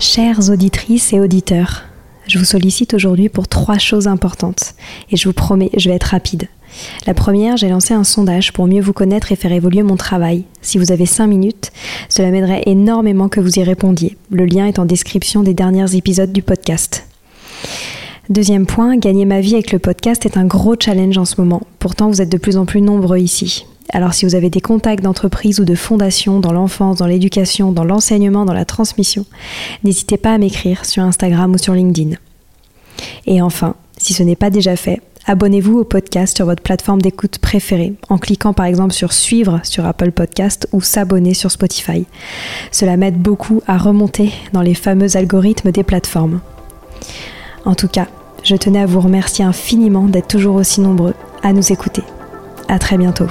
Chères auditrices et auditeurs, je vous sollicite aujourd'hui pour 3 choses importantes et je vous promets, je vais être rapide. La première, j'ai lancé un sondage pour mieux vous connaître et faire évoluer mon travail. Si vous avez 5 minutes, cela m'aiderait énormément que vous y répondiez. Le lien est en description des derniers épisodes du podcast. Deuxième point, gagner ma vie avec le podcast est un gros challenge en ce moment. Pourtant, vous êtes de plus en plus nombreux ici. Alors si vous avez des contacts d'entreprises ou de fondations dans l'enfance, dans l'éducation, dans l'enseignement, dans la transmission, n'hésitez pas à m'écrire sur Instagram ou sur LinkedIn. Et enfin, si ce n'est pas déjà fait, abonnez-vous au podcast sur votre plateforme d'écoute préférée en cliquant par exemple sur suivre sur Apple Podcast ou s'abonner sur Spotify. Cela m'aide beaucoup à remonter dans les fameux algorithmes des plateformes. En tout cas, je tenais à vous remercier infiniment d'être toujours aussi nombreux à nous écouter. À très bientôt.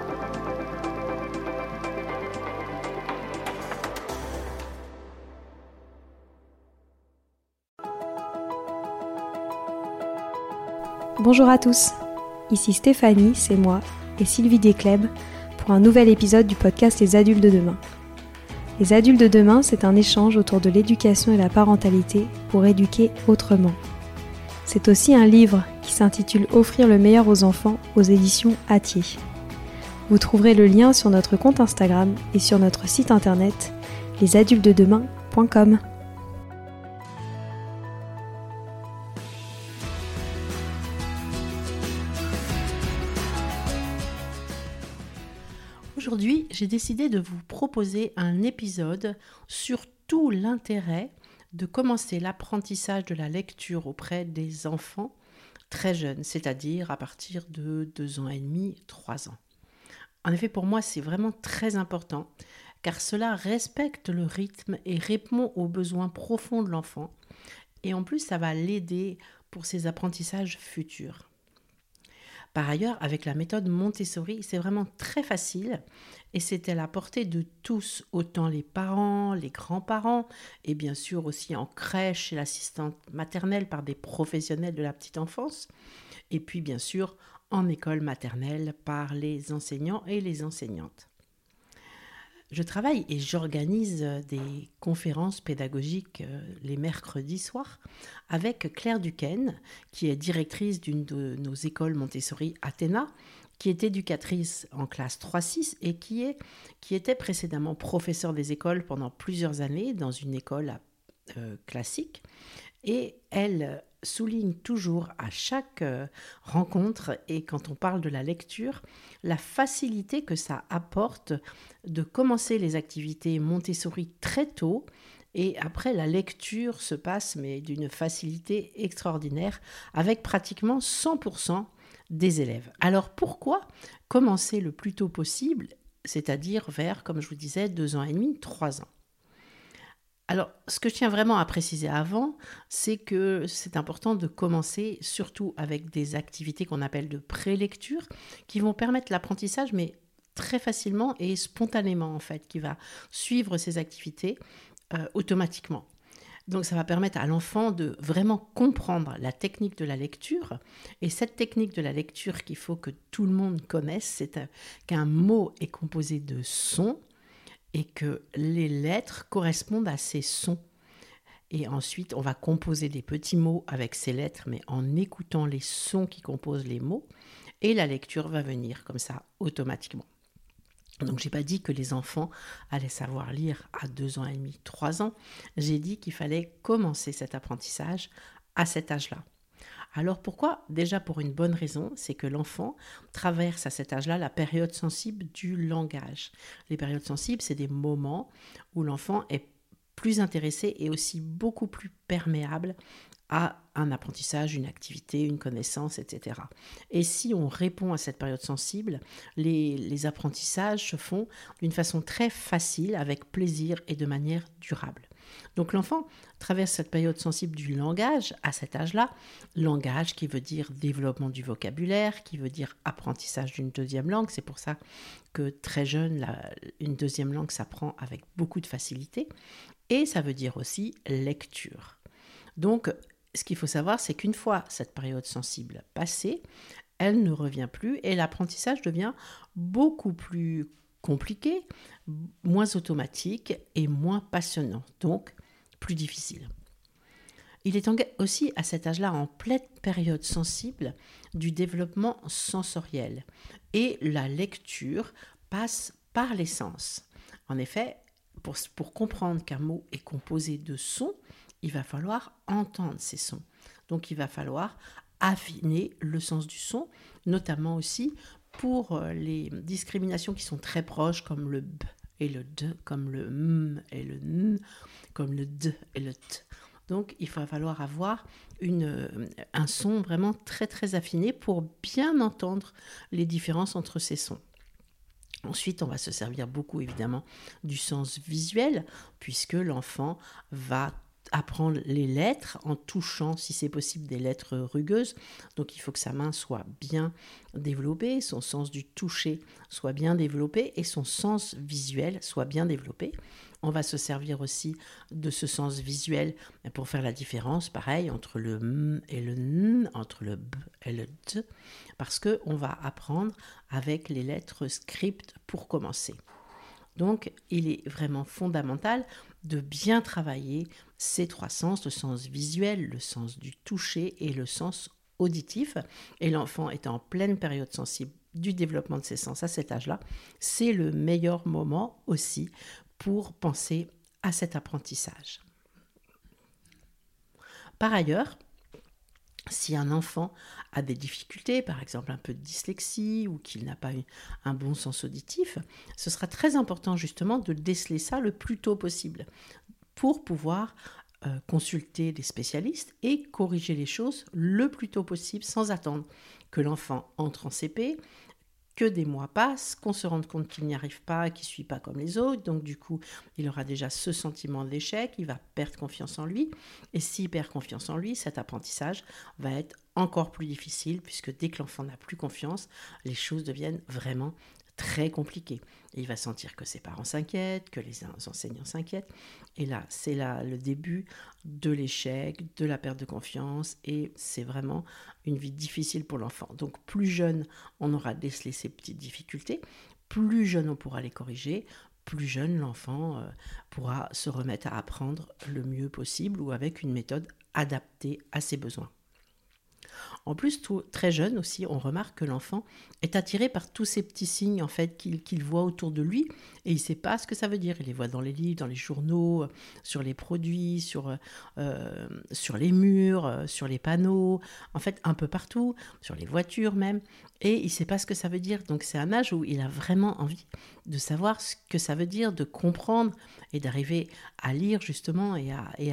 Bonjour à tous, ici Stéphanie, c'est moi, et Sylvie Descleb pour un nouvel épisode du podcast Les Adultes de demain. Les Adultes de demain, c'est un échange autour de l'éducation et la parentalité pour éduquer autrement. C'est aussi un livre qui s'intitule Offrir le meilleur aux enfants aux éditions Hatier. Vous trouverez le lien sur notre compte Instagram et sur notre site internet lesadultesdedemain.com. Aujourd'hui, j'ai décidé de vous proposer un épisode sur tout l'intérêt de commencer l'apprentissage de la lecture auprès des enfants très jeunes, c'est-à-dire à partir de 2 ans et demi, 3 ans. En effet, pour moi, c'est vraiment très important, car cela respecte le rythme et répond aux besoins profonds de l'enfant, et en plus, ça va l'aider pour ses apprentissages futurs. Par ailleurs, avec la méthode Montessori, c'est vraiment très facile et c'est à la portée de tous, autant les parents, les grands-parents et bien sûr aussi en crèche chez l'assistante maternelle par des professionnels de la petite enfance et puis bien sûr en école maternelle par les enseignants et les enseignantes. Je travaille et j'organise des conférences pédagogiques les mercredis soirs avec Claire Duquesne, qui est directrice d'une de nos écoles Montessori Athéna, qui est éducatrice en classe 3-6 et qui était précédemment professeure des écoles pendant plusieurs années dans une école classique. Et elle souligne toujours à chaque rencontre et quand on parle de la lecture, la facilité que ça apporte de commencer les activités Montessori très tôt et après la lecture se passe mais d'une facilité extraordinaire avec pratiquement 100% des élèves. Alors pourquoi commencer le plus tôt possible, c'est-à-dire vers, comme je vous disais, 2 ans et demi, 3 ans? Alors, ce que je tiens vraiment à préciser avant, c'est que c'est important de commencer surtout avec des activités qu'on appelle de prélecture, qui vont permettre l'apprentissage, mais très facilement et spontanément en fait, qui va suivre ces activités automatiquement. Donc ça va permettre à l'enfant de vraiment comprendre la technique de la lecture. Et cette technique de la lecture qu'il faut que tout le monde connaisse, c'est qu'un mot est composé de sons, et que les lettres correspondent à ces sons. Et ensuite, on va composer des petits mots avec ces lettres, mais en écoutant les sons qui composent les mots, et la lecture va venir comme ça, automatiquement. Donc, je n'ai pas dit que les enfants allaient savoir lire à 2 ans et demi, 3 ans. J'ai dit qu'il fallait commencer cet apprentissage à cet âge-là. Alors pourquoi? Déjà pour une bonne raison, c'est que l'enfant traverse à cet âge-là la période sensible du langage. Les périodes sensibles, c'est des moments où l'enfant est plus intéressé et aussi beaucoup plus perméable à un apprentissage, une activité, une connaissance, etc. Et si on répond à cette période sensible, les apprentissages se font d'une façon très facile, avec plaisir et de manière durable. Donc l'enfant traverse cette période sensible du langage à cet âge-là, langage qui veut dire développement du vocabulaire, qui veut dire apprentissage d'une deuxième langue. C'est pour ça que très jeune, une deuxième langue s'apprend avec beaucoup de facilité. Et ça veut dire aussi lecture. Donc ce qu'il faut savoir, c'est qu'une fois cette période sensible passée, elle ne revient plus et l'apprentissage devient beaucoup plus compliqué, moins automatique et moins passionnant. Donc, plus difficile. Il est aussi à cet âge-là en pleine période sensible du développement sensoriel et la lecture passe par les sens. En effet, pour comprendre qu'un mot est composé de sons, il va falloir entendre ces sons. Donc il va falloir affiner le sens du son, notamment aussi pour les discriminations qui sont très proches comme le b et le d, comme le m et le n, comme le d et le t. Donc il va falloir avoir un son vraiment très très affiné pour bien entendre les différences entre ces sons. Ensuite, on va se servir beaucoup évidemment du sens visuel, puisque l'enfant va apprendre les lettres en touchant, si c'est possible, des lettres rugueuses. Donc il faut que sa main soit bien développée, son sens du toucher soit bien développé et son sens visuel soit bien développé. On va se servir aussi de ce sens visuel pour faire la différence, pareil, entre le m et le n, entre le b et le d, parce qu'on va apprendre avec les lettres script pour commencer. Donc, il est vraiment fondamental de bien travailler ces trois sens, le sens visuel, le sens du toucher et le sens auditif. Et l'enfant est en pleine période sensible du développement de ses sens à cet âge-là. C'est le meilleur moment aussi pour penser à cet apprentissage. Par ailleurs, si un enfant a des difficultés, par exemple un peu de dyslexie ou qu'il n'a pas un bon sens auditif, ce sera très important justement de déceler ça le plus tôt possible pour pouvoir consulter les spécialistes et corriger les choses le plus tôt possible sans attendre que l'enfant entre en CP, que des mois passent, qu'on se rende compte qu'il n'y arrive pas, qu'il ne suit pas comme les autres. Donc du coup, il aura déjà ce sentiment d'échec, il va perdre confiance en lui. Et s'il perd confiance en lui, cet apprentissage va être encore plus difficile, puisque dès que l'enfant n'a plus confiance, les choses deviennent vraiment très compliquées. Et il va sentir que ses parents s'inquiètent, que les enseignants s'inquiètent. Et là, c'est là le début de l'échec, de la perte de confiance. Et c'est vraiment une vie difficile pour l'enfant. Donc plus jeune, on aura décelé ces petites difficultés. Plus jeune, on pourra les corriger. Plus jeune, l'enfant pourra se remettre à apprendre le mieux possible ou avec une méthode adaptée à ses besoins. En plus, très jeune aussi, on remarque que l'enfant est attiré par tous ces petits signes en fait qu'il voit autour de lui et il ne sait pas ce que ça veut dire. Il les voit dans les livres, dans les journaux, sur les produits, sur les murs, sur les panneaux, en fait un peu partout, sur les voitures même. Et il ne sait pas ce que ça veut dire. Donc c'est un âge où il a vraiment envie de savoir ce que ça veut dire, de comprendre et d'arriver à lire justement et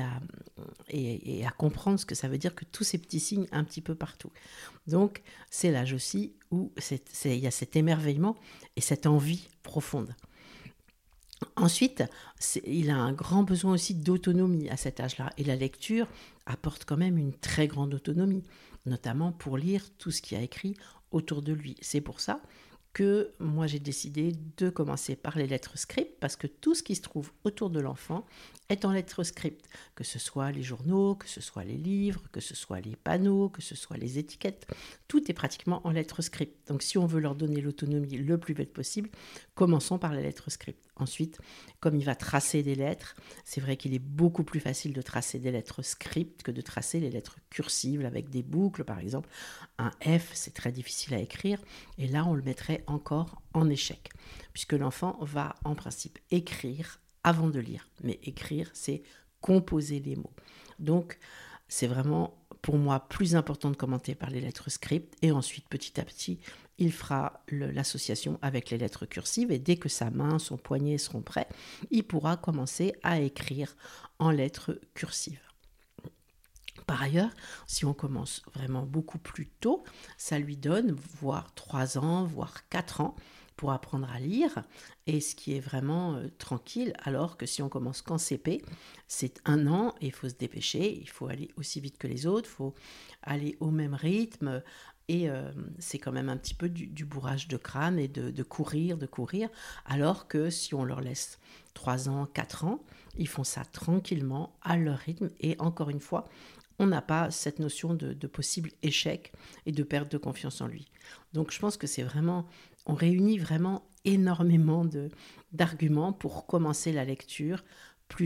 à comprendre ce que ça veut dire que tous ces petits signes un petit peu partout. Donc c'est l'âge aussi où il y a cet émerveillement et cette envie profonde. Ensuite, il a un grand besoin aussi d'autonomie à cet âge-là. Et la lecture apporte quand même une très grande autonomie, notamment pour lire tout ce qu'il y a écrit autour de lui. C'est pour ça que moi j'ai décidé de commencer par les lettres script, parce que tout ce qui se trouve autour de l'enfant est en lettres script, que ce soit les journaux, que ce soit les livres, que ce soit les panneaux, que ce soit les étiquettes, tout est pratiquement en lettres script. Donc si on veut leur donner l'autonomie le plus vite possible, commençons par les lettres script. Ensuite, comme il va tracer des lettres, c'est vrai qu'il est beaucoup plus facile de tracer des lettres script que de tracer les lettres cursives avec des boucles, par exemple. Un F, c'est très difficile à écrire, et là, on le mettrait encore en échec, puisque l'enfant va en principe écrire avant de lire. Mais écrire, c'est composer les mots. Donc, c'est vraiment, pour moi, plus important de commenter par les lettres script, et ensuite, petit à petit, il fera l'association avec les lettres cursives, et dès que sa main, son poignet seront prêts, il pourra commencer à écrire en lettres cursives. Par ailleurs, si on commence vraiment beaucoup plus tôt, ça lui donne voire 3 ans, voire 4 ans pour apprendre à lire, et ce qui est vraiment tranquille, alors que si on commence qu'en CP, c'est 1 an et il faut se dépêcher, il faut aller aussi vite que les autres, il faut aller au même rythme, et c'est quand même un petit peu du bourrage de crâne et de courir, alors que si on leur laisse 3 ans, 4 ans, ils font ça tranquillement, à leur rythme, et encore une fois, on n'a pas cette notion de possible échec et de perte de confiance en lui. Donc je pense que c'est vraiment, on réunit vraiment énormément d'arguments pour commencer la lecture plus tôt.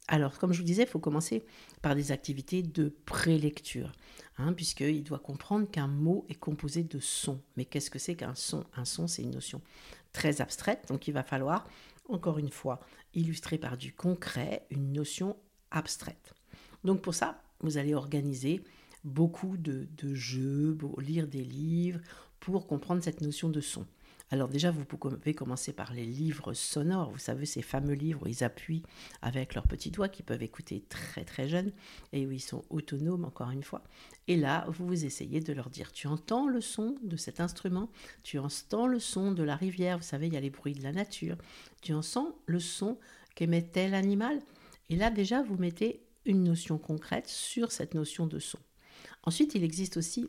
Alors, comme je vous disais, il faut commencer par des activités de prélecture, puisqu'il doit comprendre qu'un mot est composé de sons. Mais qu'est-ce que c'est qu'un son? Un son, c'est une notion très abstraite, donc il va falloir, encore une fois, illustrer par du concret une notion abstraite. Donc pour ça, vous allez organiser beaucoup de jeux, lire des livres pour comprendre cette notion de son. Alors déjà, vous pouvez commencer par les livres sonores. Vous savez, ces fameux livres où ils appuient avec leurs petits doigts, qui peuvent écouter très très jeunes et où ils sont autonomes, encore une fois. Et là, vous essayez de leur dire, tu entends le son de cet instrument, tu entends le son de la rivière, vous savez, il y a les bruits de la nature, tu entends le son qu'émet tel animal. Et là, déjà, vous mettez une notion concrète sur cette notion de son. Ensuite, il existe aussi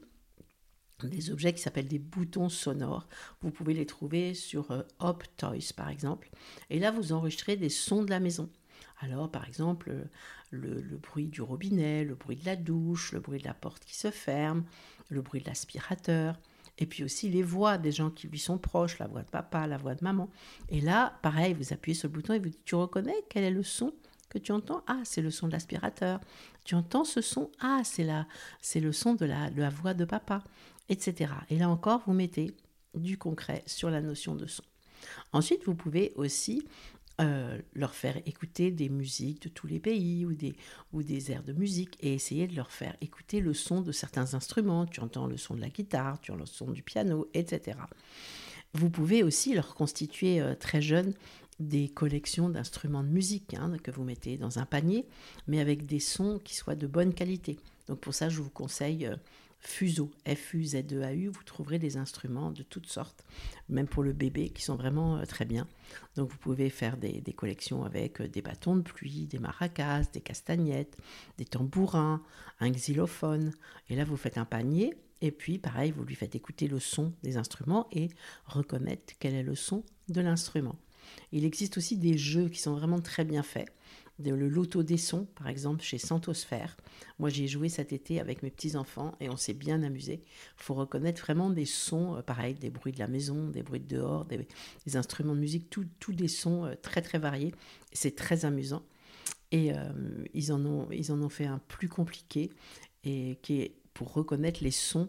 des objets qui s'appellent des boutons sonores. Vous pouvez les trouver sur Hop Toys par exemple. Et là, vous enregistrez des sons de la maison. Alors, par exemple, le bruit du robinet, le bruit de la douche, le bruit de la porte qui se ferme, le bruit de l'aspirateur, et puis aussi les voix des gens qui lui sont proches, la voix de papa, la voix de maman. Et là, pareil, vous appuyez sur le bouton et vous dites, tu reconnais quel est le son que tu entends? Ah, c'est le son de l'aspirateur. Tu entends ce son? Ah, c'est le son de la voix de papa, etc. Et là encore, vous mettez du concret sur la notion de son. Ensuite, vous pouvez aussi leur faire écouter des musiques de tous les pays ou des airs de musique et essayer de leur faire écouter le son de certains instruments. Tu entends le son de la guitare, tu entends le son du piano, etc. Vous pouvez aussi leur constituer très jeunes des collections d'instruments de musique que vous mettez dans un panier, mais avec des sons qui soient de bonne qualité. Donc pour ça, je vous conseille Fuseau, F-U-Z-E-A-U, vous trouverez des instruments de toutes sortes, même pour le bébé, qui sont vraiment très bien. Donc vous pouvez faire des collections avec des bâtons de pluie, des maracas, des castagnettes, des tambourins, un xylophone. Et là, vous faites un panier, et puis pareil, vous lui faites écouter le son des instruments et reconnaître quel est le son de l'instrument. Il existe aussi des jeux qui sont vraiment très bien faits. Le loto des sons, par exemple, chez Santosphère. Moi, j'y ai joué cet été avec mes petits-enfants et on s'est bien amusé. Il faut reconnaître vraiment des sons, pareil, des bruits de la maison, des bruits de dehors, des instruments de musique, tous des sons très, très variés. C'est très amusant. Et ils en ont fait un plus compliqué et qui est pour reconnaître les sons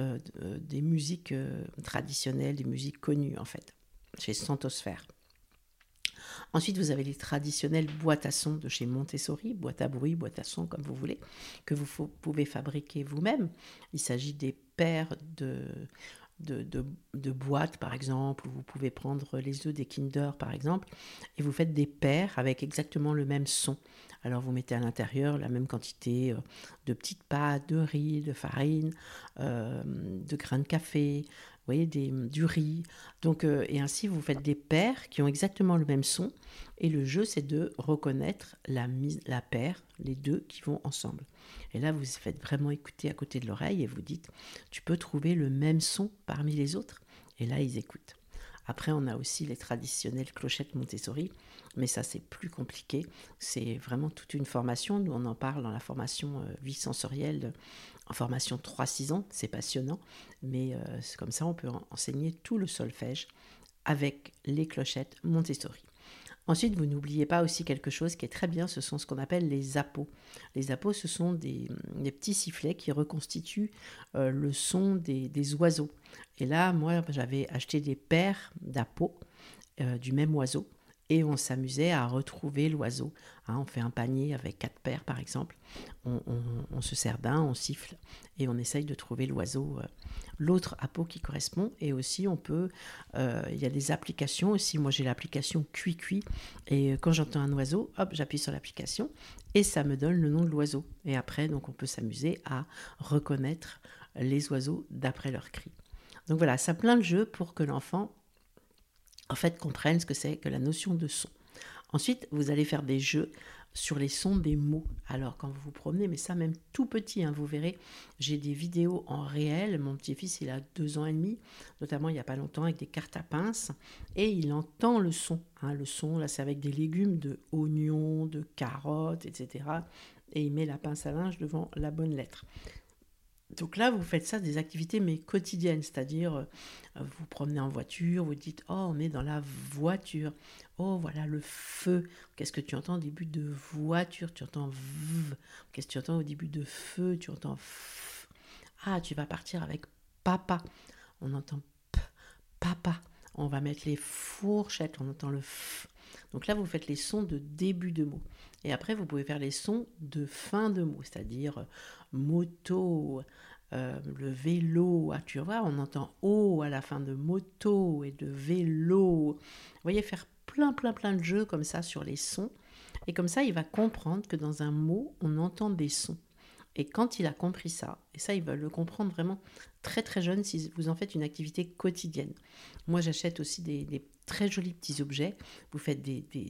des musiques traditionnelles, des musiques connues, en fait, chez Santosphère. Ensuite, vous avez les traditionnelles boîtes à sons de chez Montessori, boîte à bruit, boîte à son, comme vous voulez, que vous pouvez fabriquer vous-même. Il s'agit des paires de boîtes, par exemple, où vous pouvez prendre les œufs des Kinder, par exemple, et vous faites des paires avec exactement le même son. Alors, vous mettez à l'intérieur la même quantité de petites pâtes, de riz, de farine, de grains de café, vous voyez, du riz. Donc, et ainsi, vous faites des paires qui ont exactement le même son. Et le jeu, c'est de reconnaître la paire, les deux qui vont ensemble. Et là, vous faites vraiment écouter à côté de l'oreille et vous dites, tu peux trouver le même son parmi les autres. Et là, ils écoutent. Après, on a aussi les traditionnelles clochettes Montessori, mais ça, c'est plus compliqué. C'est vraiment toute une formation. Nous, on en parle dans la formation vie sensorielle, en formation 3-6 ans. C'est passionnant, mais c'est comme ça, on peut enseigner tout le solfège avec les clochettes Montessori. Ensuite, vous n'oubliez pas aussi quelque chose qui est très bien, ce sont ce qu'on appelle les appos. Les appos, ce sont des petits sifflets qui reconstituent le son des oiseaux. Et là, moi, j'avais acheté des paires d'appos du même oiseau et on s'amusait à retrouver l'oiseau. On fait un panier avec 4 paires, par exemple. On se sert d'un, on siffle et on essaye de trouver l'oiseau, l'autre appôt qui correspond. Et aussi, on peut... il y a des applications aussi. Moi, j'ai l'application Cui et quand j'entends un oiseau, hop, j'appuie sur l'application et ça me donne le nom de l'oiseau. Et après, donc, on peut s'amuser à reconnaître les oiseaux d'après leur cri. Donc voilà, ça plein de jeux pour que l'enfant en fait comprenne ce que c'est que la notion de son. Ensuite, vous allez faire des jeux sur les sons des mots. Alors, quand vous vous promenez, mais ça même tout petit, vous verrez, j'ai des vidéos en réel. Mon petit-fils, il a 2 ans et demi, notamment il n'y a pas longtemps, avec des cartes à pince, et il entend le son. Le son, là, c'est avec des légumes, de oignons, de carottes, etc. Et il met la pince à linge devant la bonne lettre. Donc là, vous faites ça des activités mais quotidiennes, c'est-à-dire vous promenez en voiture, vous dites oh on est dans la voiture, oh voilà le feu. Qu'est-ce que tu entends au début de voiture? Tu entends v. Qu'est-ce que tu entends au début de feu? Tu entends f. Ah tu vas partir avec papa. On entend p, papa. On va mettre les fourchettes, on entend le f. Donc là, vous faites les sons de début de mot. Et après, vous pouvez faire les sons de fin de mot, c'est-à-dire moto, le vélo. Ah, tu vois, on entend O à la fin de moto et de vélo. Vous voyez, faire plein de jeux comme ça sur les sons. Et comme ça, il va comprendre que dans un mot, on entend des sons. Et quand il a compris ça, et ça il va le comprendre vraiment très jeune si vous en faites une activité quotidienne. Moi j'achète aussi des très jolis petits objets. Vous faites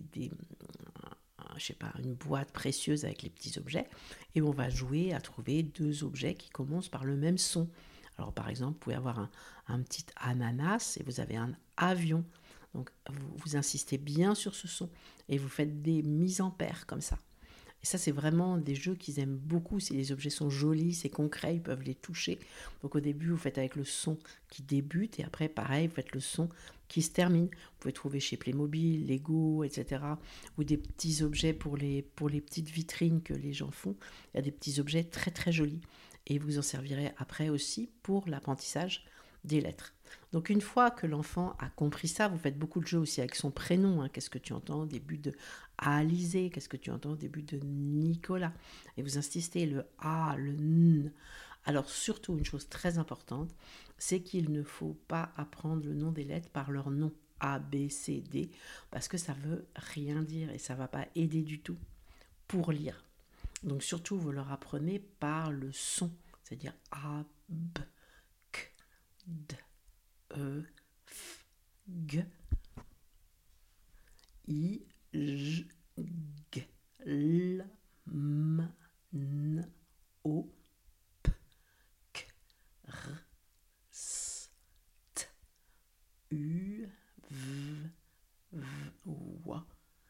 je sais pas, une boîte précieuse avec les petits objets et on va jouer à trouver deux objets qui commencent par le même son. Alors par exemple, vous pouvez avoir un petit ananas et vous avez un avion. Donc vous insistez bien sur ce son et vous faites des mises en paire comme ça. Et ça, c'est vraiment des jeux qu'ils aiment beaucoup. Si les objets sont jolis, c'est concret, ils peuvent les toucher. Donc au début, vous faites avec le son qui débute et après, pareil, vous faites le son qui se termine. Vous pouvez trouver chez Playmobil, Lego, etc. Ou des petits objets pour les petites vitrines que les gens font. Il y a des petits objets très jolis. Et vous en servirez après aussi pour l'apprentissage des lettres. Donc une fois que l'enfant a compris ça, vous faites beaucoup de jeux aussi avec son prénom. Qu'est-ce que tu entends au début de Alizé? Qu'est-ce que tu entends au début de Nicolas? Et vous insistez le A, le N. Alors surtout une chose très importante, c'est qu'il ne faut pas apprendre le nom des lettres par leur nom. A, B, C, D, parce que ça veut rien dire et ça va pas aider du tout pour lire. Donc surtout, vous leur apprenez par le son, c'est-à-dire A, B, K, D, E, F, G, I, J, G, L, M, N, O, P, Q, R, S, T, U, V, W,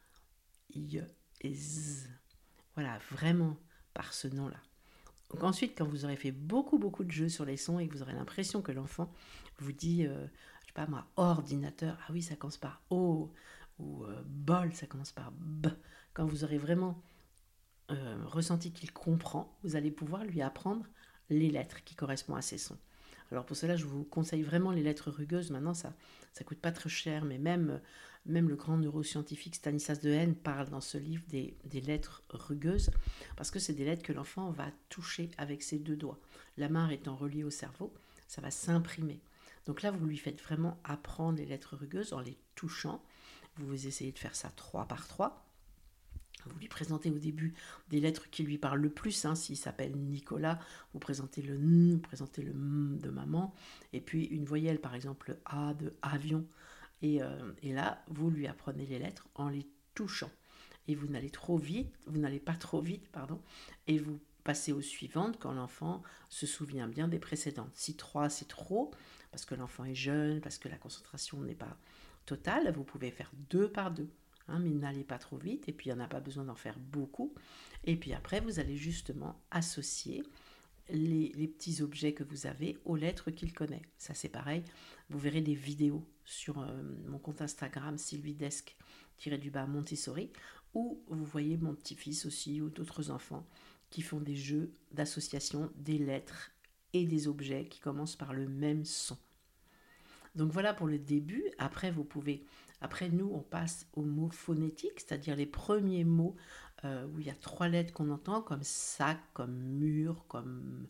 I et Z. Voilà, vraiment par ce nom-là. Donc ensuite, quand vous aurez fait beaucoup de jeux sur les sons et que vous aurez l'impression que l'enfant vous dit, je sais pas moi, ordinateur, ah oui, ça commence par O, ou bol, ça commence par B. Quand vous aurez vraiment ressenti qu'il comprend, vous allez pouvoir lui apprendre les lettres qui correspondent à ces sons. Alors pour cela, je vous conseille vraiment les lettres rugueuses. Maintenant, ça coûte pas très cher, mais même le grand neuroscientifique Stanislas Dehaene parle dans ce livre des lettres rugueuses, parce que c'est des lettres que l'enfant va toucher avec ses deux doigts. La main étant reliée au cerveau, ça va s'imprimer. Donc là, vous lui faites vraiment apprendre les lettres rugueuses en les touchant. Vous essayez de faire ça 3 par 3. Vous lui présentez au début des lettres qui lui parlent le plus. S'il s'appelle Nicolas, vous présentez le N, vous présentez le M de maman, et puis une voyelle, par exemple le A de avion. Et là, vous lui apprenez les lettres en les touchant. Et vous n'allez pas trop vite, et vous passez aux suivantes quand l'enfant se souvient bien des précédentes. Si 3 c'est trop, parce que l'enfant est jeune, parce que la concentration n'est pas totale, vous pouvez faire 2 par 2. Mais n'allez pas trop vite, et puis il n'y en a pas besoin d'en faire beaucoup. Et puis après, vous allez justement associer les petits objets que vous avez aux lettres qu'il connaît. Ça c'est pareil, vous verrez des vidéos sur mon compte Instagram sylvidesc-montessori, où vous voyez mon petit-fils aussi, ou d'autres enfants, qui font des jeux d'association des lettres et des objets qui commencent par le même son. Donc voilà pour le début. Après, nous, on passe aux mots phonétiques, c'est-à-dire les premiers mots où il y a 3 lettres qu'on entend, comme sac, comme mur, comme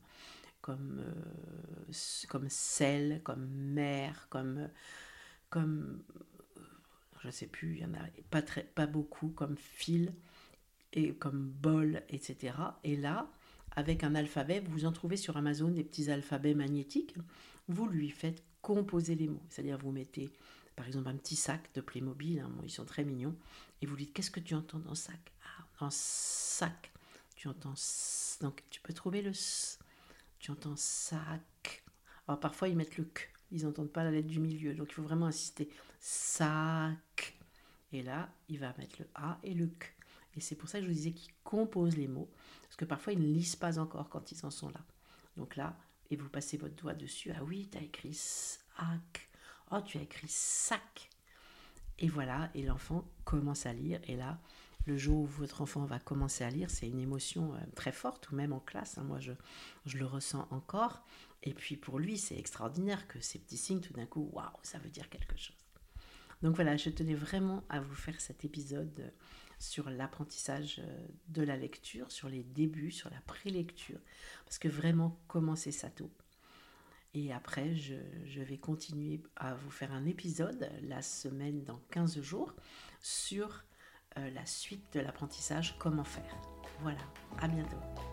sel, comme mer, comme je sais plus, il y en a pas beaucoup, comme fil et comme bol, etc. Et là, avec un alphabet, vous en trouvez sur Amazon des petits alphabets magnétiques. Vous lui faites composer les mots, c'est-à-dire vous mettez par exemple un petit sac de Playmobil, ils sont très mignons, et vous dites qu'est-ce que tu entends dans sac? Dans sac, tu entends donc tu peux trouver le s, tu entends sac. Alors parfois ils mettent le k, ils n'entendent pas la lettre du milieu, donc il faut vraiment insister. Sac. Et là, il va mettre le a et le k. Et c'est pour ça que je vous disais qu'ils composent les mots, parce que parfois ils ne lisent pas encore quand ils en sont là. Donc là, et vous passez votre doigt dessus. Ah oui, tu as écrit sac. Oh, tu as écrit sac. Et voilà, et l'enfant commence à lire. Et là, le jour où votre enfant va commencer à lire, c'est une émotion très forte, ou même en classe. Moi, je le ressens encore. Et puis pour lui, c'est extraordinaire que ces petits signes, tout d'un coup, waouh, ça veut dire quelque chose. Donc voilà, je tenais vraiment à vous faire cet épisode sur l'apprentissage de la lecture, sur les débuts, sur la prélecture, parce que vraiment, commencer ça tôt. Et après, je vais continuer à vous faire un épisode la semaine dans 15 jours sur la suite de l'apprentissage, comment faire. Voilà, à bientôt.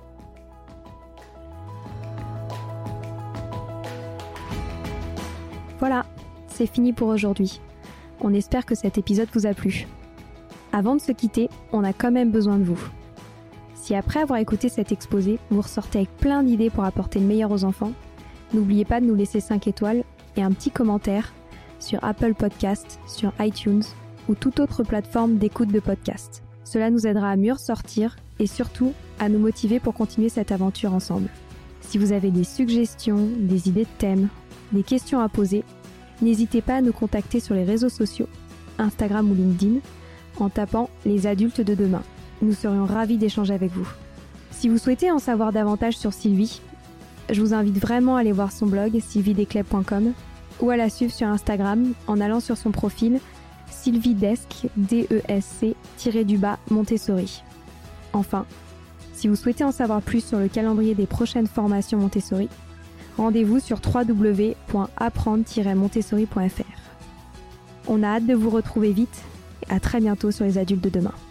Voilà, c'est fini pour aujourd'hui. On espère que cet épisode vous a plu. Avant de se quitter, on a quand même besoin de vous. Si après avoir écouté cet exposé, vous ressortez avec plein d'idées pour apporter le meilleur aux enfants, n'oubliez pas de nous laisser 5 étoiles et un petit commentaire sur Apple Podcasts, sur iTunes ou toute autre plateforme d'écoute de podcast. Cela nous aidera à mieux ressortir et surtout à nous motiver pour continuer cette aventure ensemble. Si vous avez des suggestions, des idées de thèmes, des questions à poser, n'hésitez pas à nous contacter sur les réseaux sociaux, Instagram ou LinkedIn, en tapant « Les adultes de demain ». Nous serions ravis d'échanger avec vous. Si vous souhaitez en savoir davantage sur Sylvie, je vous invite vraiment à aller voir son blog sylviedesclés.com ou à la suivre sur Instagram en allant sur son profil sylviedesc, Montessori. Enfin, si vous souhaitez en savoir plus sur le calendrier des prochaines formations Montessori, rendez-vous sur www.apprendre-montessori.fr. On a hâte de vous retrouver vite et à très bientôt sur les adultes de demain.